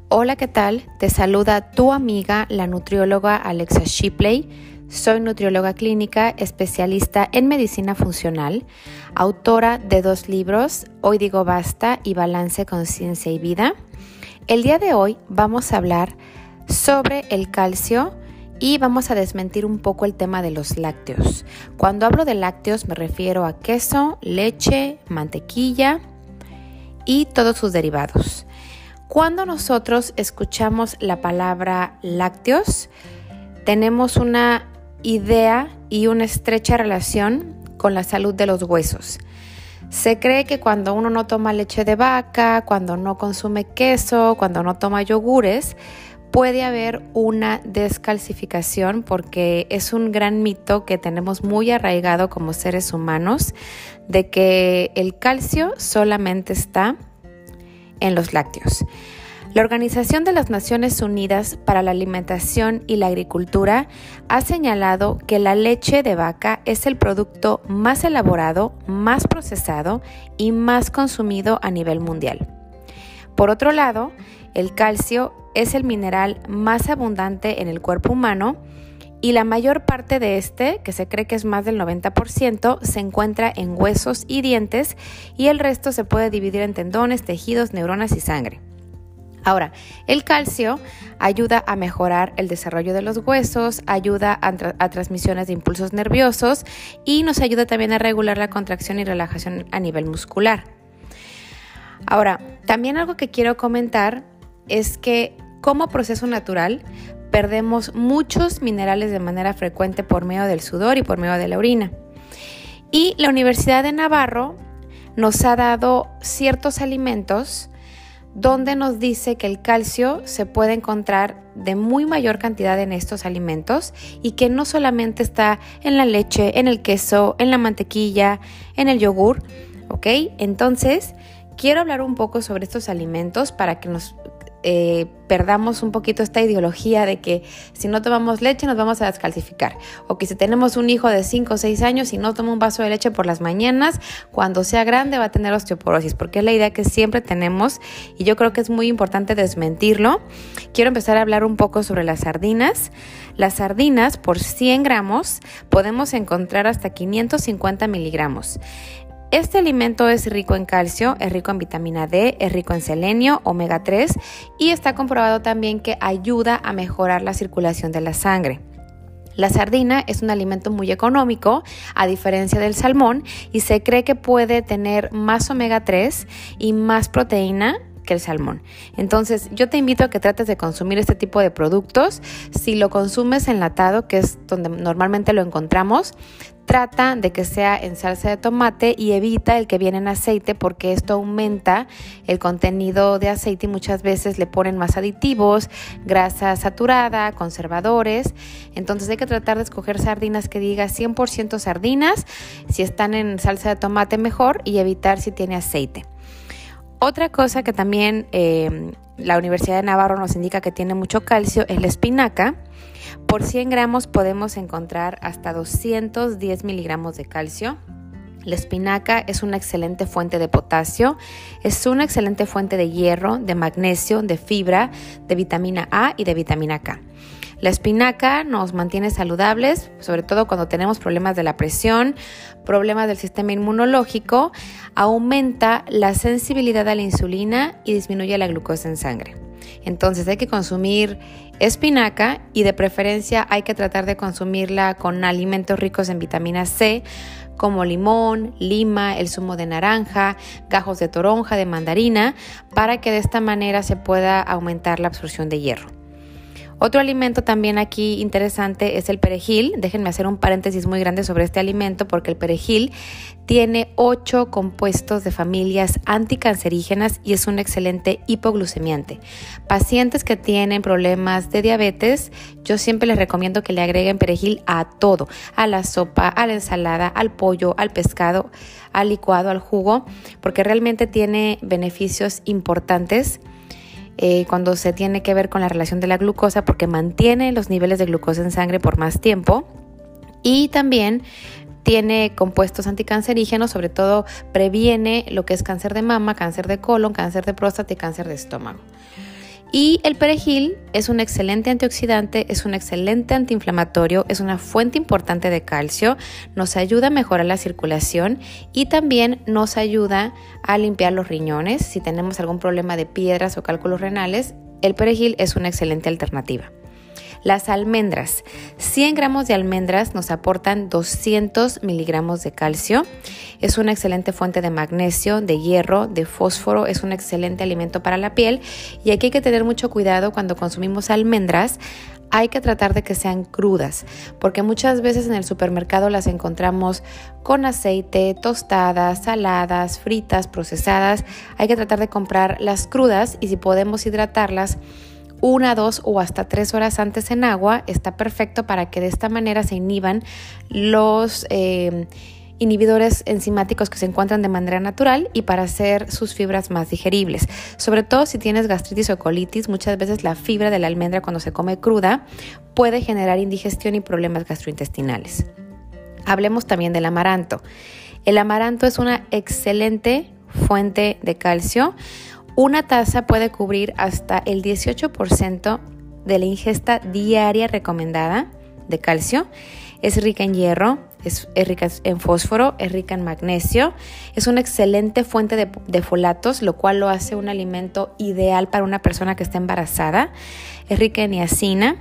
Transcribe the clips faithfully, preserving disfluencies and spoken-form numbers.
Hola, ¿qué tal? Te saluda tu amiga, la nutrióloga Alexa Shipley. Soy nutrióloga clínica, especialista en medicina funcional, autora de dos libros, Hoy digo basta y Balance, Conciencia y Vida. El día de hoy vamos a hablar sobre el calcio y vamos a desmentir un poco el tema de los lácteos. Cuando hablo de lácteos me refiero a queso, leche, mantequilla y todos sus derivados. Cuando nosotros escuchamos la palabra lácteos, tenemos una idea y una estrecha relación con la salud de los huesos. Se cree que cuando uno no toma leche de vaca, cuando no consume queso, cuando no toma yogures, puede haber una descalcificación, porque es un gran mito que tenemos muy arraigado como seres humanos de que el calcio solamente está en los lácteos. La Organización de las Naciones Unidas para la Alimentación y la Agricultura ha señalado que la leche de vaca es el producto más elaborado, más procesado y más consumido a nivel mundial. Por otro lado, el calcio es el mineral más abundante en el cuerpo humano y la mayor parte de este, que se cree que es más del noventa por ciento, se encuentra en huesos y dientes, y el resto se puede dividir en tendones, tejidos, neuronas y sangre. Ahora, el calcio ayuda a mejorar el desarrollo de los huesos, ayuda a, tra- a transmisiones de impulsos nerviosos y nos ayuda también a regular la contracción y relajación a nivel muscular. Ahora, también algo que quiero comentar es que como proceso natural perdemos muchos minerales de manera frecuente por medio del sudor y por medio de la orina. Y la Universidad de Navarro nos ha dado ciertos alimentos donde nos dice que el calcio se puede encontrar de muy mayor cantidad en estos alimentos y que no solamente está en la leche, en el queso, en la mantequilla, en el yogur, ¿ok? Entonces, quiero hablar un poco sobre estos alimentos para que nos Eh, perdamos un poquito esta ideología de que si no tomamos leche nos vamos a descalcificar, o que si tenemos un hijo de cinco o seis años y no toma un vaso de leche por las mañanas, cuando sea grande va a tener osteoporosis, porque es la idea que siempre tenemos y yo creo que es muy importante desmentirlo. Quiero empezar a hablar un poco sobre las sardinas. Las sardinas por cien gramos podemos encontrar hasta quinientos cincuenta miligramos. Este alimento es rico en calcio, es rico en vitamina D, es rico en selenio, omega tres y está comprobado también que ayuda a mejorar la circulación de la sangre. La sardina es un alimento muy económico, a diferencia del salmón, y se cree que puede tener más omega tres y más proteína que el salmón. Entonces, yo te invito a que trates de consumir este tipo de productos. Si lo consumes enlatado, que es donde normalmente lo encontramos, trata de que sea en salsa de tomate y evita el que viene en aceite, porque esto aumenta el contenido de aceite y muchas veces le ponen más aditivos, grasa saturada, conservadores. Entonces hay que tratar de escoger sardinas que diga cien por ciento sardinas, si están en salsa de tomate mejor, y evitar si tiene aceite. Otra cosa que también eh, la Universidad de Navarro nos indica que tiene mucho calcio es la espinaca. Por cien gramos podemos encontrar hasta doscientos diez miligramos de calcio. La espinaca es una excelente fuente de potasio, es una excelente fuente de hierro, de magnesio, de fibra, de vitamina A y de vitamina K. La espinaca nos mantiene saludables, sobre todo cuando tenemos problemas de la presión, problemas del sistema inmunológico, aumenta la sensibilidad a la insulina y disminuye la glucosa en sangre. Entonces hay que consumir espinaca y de preferencia hay que tratar de consumirla con alimentos ricos en vitamina C, como limón, lima, el zumo de naranja, gajos de toronja, de mandarina, para que de esta manera se pueda aumentar la absorción de hierro. Otro alimento también aquí interesante es el perejil. Déjenme hacer un paréntesis muy grande sobre este alimento, porque el perejil tiene ocho compuestos de familias anticancerígenas y es un excelente hipoglucemiante. Pacientes que tienen problemas de diabetes, yo siempre les recomiendo que le agreguen perejil a todo, a la sopa, a la ensalada, al pollo, al pescado, al licuado, al jugo, porque realmente tiene beneficios importantes Eh, cuando se tiene que ver con la relación de la glucosa, porque mantiene los niveles de glucosa en sangre por más tiempo y también tiene compuestos anticancerígenos, sobre todo previene lo que es cáncer de mama, cáncer de colon, cáncer de próstata y cáncer de estómago. Y el perejil es un excelente antioxidante, es un excelente antiinflamatorio, es una fuente importante de calcio, nos ayuda a mejorar la circulación y también nos ayuda a limpiar los riñones. Si tenemos algún problema de piedras o cálculos renales, el perejil es una excelente alternativa. Las almendras. cien gramos de almendras nos aportan doscientos miligramos de calcio. Es una excelente fuente de magnesio, de hierro, de fósforo. Es un excelente alimento para la piel. Y aquí hay que tener mucho cuidado cuando consumimos almendras. Hay que tratar de que sean crudas, porque muchas veces en el supermercado las encontramos con aceite, tostadas, saladas, fritas, procesadas. Hay que tratar de comprar las crudas y si podemos hidratarlas una, dos o hasta tres horas antes en agua, está perfecto para que de esta manera se inhiban los eh, inhibidores enzimáticos que se encuentran de manera natural y para hacer sus fibras más digeribles. Sobre todo si tienes gastritis o colitis, muchas veces la fibra de la almendra cuando se come cruda puede generar indigestión y problemas gastrointestinales. Hablemos también del amaranto. El amaranto es una excelente fuente de calcio. Una taza puede cubrir hasta el dieciocho por ciento de la ingesta diaria recomendada de calcio. Es rica en hierro, es, es rica en fósforo, es rica en magnesio. Es una excelente fuente de, de folatos, lo cual lo hace un alimento ideal para una persona que está embarazada. Es rica en niacina.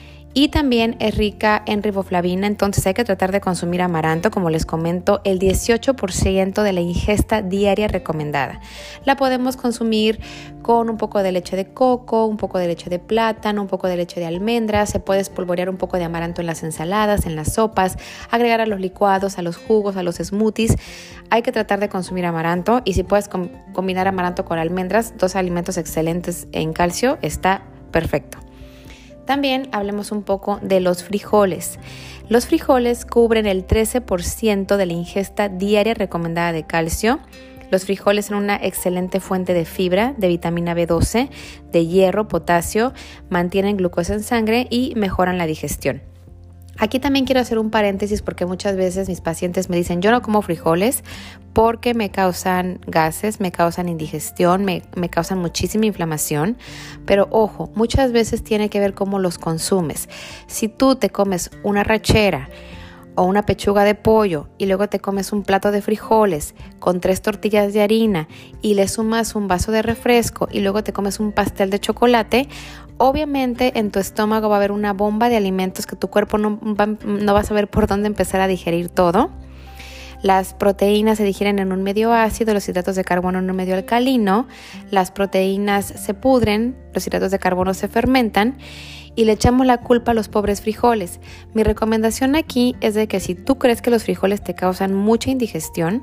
Y también es rica en riboflavina, entonces hay que tratar de consumir amaranto, como les comento, el dieciocho por ciento de la ingesta diaria recomendada. La podemos consumir con un poco de leche de coco, un poco de leche de plátano, un poco de leche de almendras. Se puede espolvorear un poco de amaranto en las ensaladas, en las sopas, agregar a los licuados, a los jugos, a los smoothies. Hay que tratar de consumir amaranto y si puedes com- combinar amaranto con almendras, dos alimentos excelentes en calcio, está perfecto. También hablemos un poco de los frijoles. Los frijoles cubren el trece por ciento de la ingesta diaria recomendada de calcio. Los frijoles son una excelente fuente de fibra, de vitamina B doce, de hierro, potasio, mantienen glucosa en sangre y mejoran la digestión. Aquí también quiero hacer un paréntesis porque muchas veces mis pacientes me dicen yo no como frijoles porque me causan gases, me causan indigestión, me, me causan muchísima inflamación. Pero ojo, muchas veces tiene que ver cómo los consumes. Si tú te comes una rachera o una pechuga de pollo y luego te comes un plato de frijoles con tres tortillas de harina y le sumas un vaso de refresco y luego te comes un pastel de chocolate, obviamente en tu estómago va a haber una bomba de alimentos que tu cuerpo no va, no va a saber por dónde empezar a digerir todo. Las proteínas se digieren en un medio ácido, los hidratos de carbono en un medio alcalino, las proteínas se pudren, los hidratos de carbono se fermentan y le echamos la culpa a los pobres frijoles. Mi recomendación aquí es de que si tú crees que los frijoles te causan mucha indigestión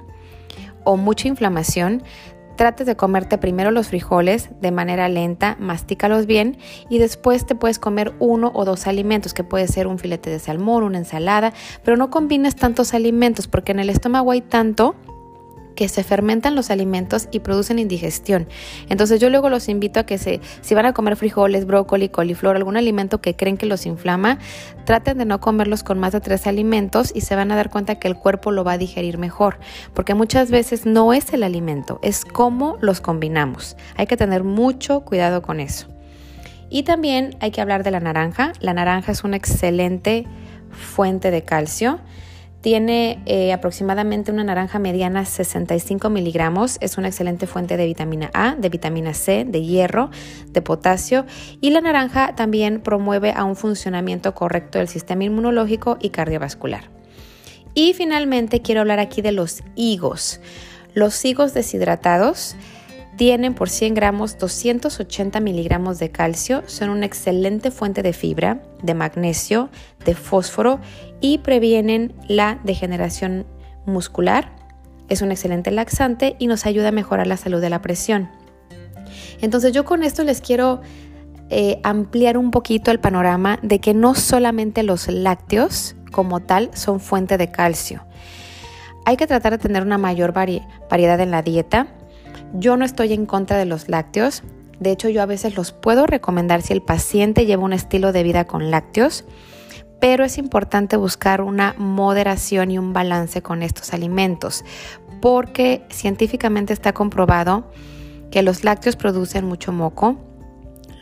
o mucha inflamación, trates de comerte primero los frijoles de manera lenta, mastícalos bien y después te puedes comer uno o dos alimentos, que puede ser un filete de salmón, una ensalada, pero no combines tantos alimentos porque en el estómago hay tanto que se fermentan los alimentos y producen indigestión. Entonces yo luego los invito a que se, si van a comer frijoles, brócoli, coliflor, algún alimento que creen que los inflama, traten de no comerlos con más de tres alimentos y se van a dar cuenta que el cuerpo lo va a digerir mejor, porque muchas veces no es el alimento, es cómo los combinamos. Hay que tener mucho cuidado con eso. Y también hay que hablar de la naranja. La naranja es una excelente fuente de calcio. Tiene eh, aproximadamente una naranja mediana sesenta y cinco miligramos. Es una excelente fuente de vitamina A, de vitamina C, de hierro, de potasio. Y la naranja también promueve a un funcionamiento correcto del sistema inmunológico y cardiovascular. Y finalmente quiero hablar aquí de los higos. Los higos deshidratados tienen por cien gramos doscientos ochenta miligramos de calcio, son una excelente fuente de fibra, de magnesio, de fósforo y previenen la degeneración muscular. Es un excelente laxante y nos ayuda a mejorar la salud de la presión. Entonces yo con esto les quiero eh, ampliar un poquito el panorama de que no solamente los lácteos como tal son fuente de calcio. Hay que tratar de tener una mayor vari- variedad en la dieta. Yo no estoy en contra de los lácteos, de hecho yo a veces los puedo recomendar si el paciente lleva un estilo de vida con lácteos, pero es importante buscar una moderación y un balance con estos alimentos, porque científicamente está comprobado que los lácteos producen mucho moco,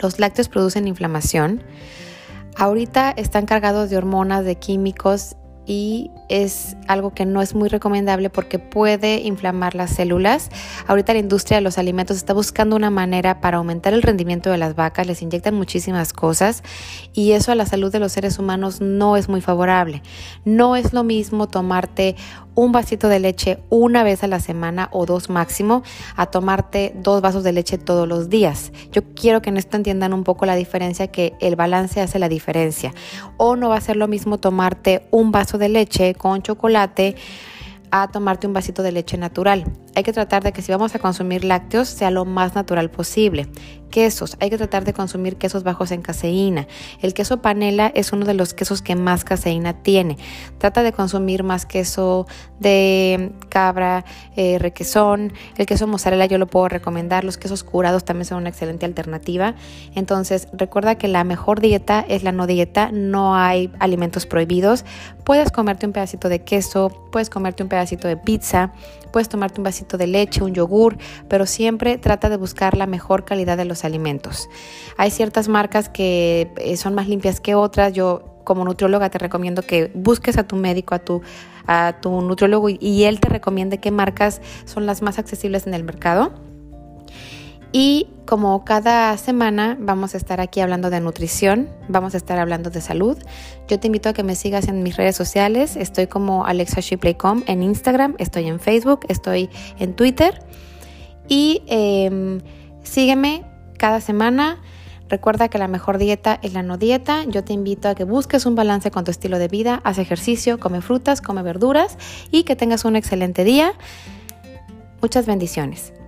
Los lácteos producen inflamación. Ahorita están cargados de hormonas, de químicos, y es algo que no es muy recomendable porque puede inflamar las células. Ahorita la industria de los alimentos está buscando una manera para aumentar el rendimiento de las vacas, les inyectan muchísimas cosas y eso a la salud de los seres humanos no es muy favorable. No es lo mismo tomarte un vasito de leche una vez a la semana o dos máximo a tomarte dos vasos de leche todos los días. Yo quiero que en esto entiendan un poco la diferencia, que el balance hace la diferencia. O no va a ser lo mismo tomarte un vaso de leche con chocolate a tomarte un vasito de leche natural. Hay que tratar de que si vamos a consumir lácteos sea lo más natural posible. Quesos, hay que tratar de consumir quesos bajos en caseína. El queso panela es uno de los quesos que más caseína tiene. Trata de consumir más queso de cabra, eh, requesón. El queso mozzarella yo lo puedo recomendar. Los quesos curados también son una excelente alternativa. Entonces recuerda que la mejor dieta es la no dieta. No hay alimentos prohibidos. Puedes comerte un pedacito de queso, puedes comerte un pedacito de pizza, puedes tomarte un vasito de leche, un yogur, pero siempre trata de buscar la mejor calidad de los alimentos. Hay ciertas marcas que son más limpias que otras. Yo como nutrióloga te recomiendo que busques a tu médico, a tu, a tu nutriólogo y, y él te recomiende qué marcas son las más accesibles en el mercado. Y como cada semana vamos a estar aquí hablando de nutrición, vamos a estar hablando de salud. Yo te invito a que me sigas en mis redes sociales. Estoy como alexa shipley punto com en Instagram, estoy en Facebook, estoy en Twitter. Y eh, sígueme cada semana. Recuerda que la mejor dieta es la no dieta. Yo te invito a que busques un balance con tu estilo de vida. Haz ejercicio, come frutas, come verduras y que tengas un excelente día. Muchas bendiciones.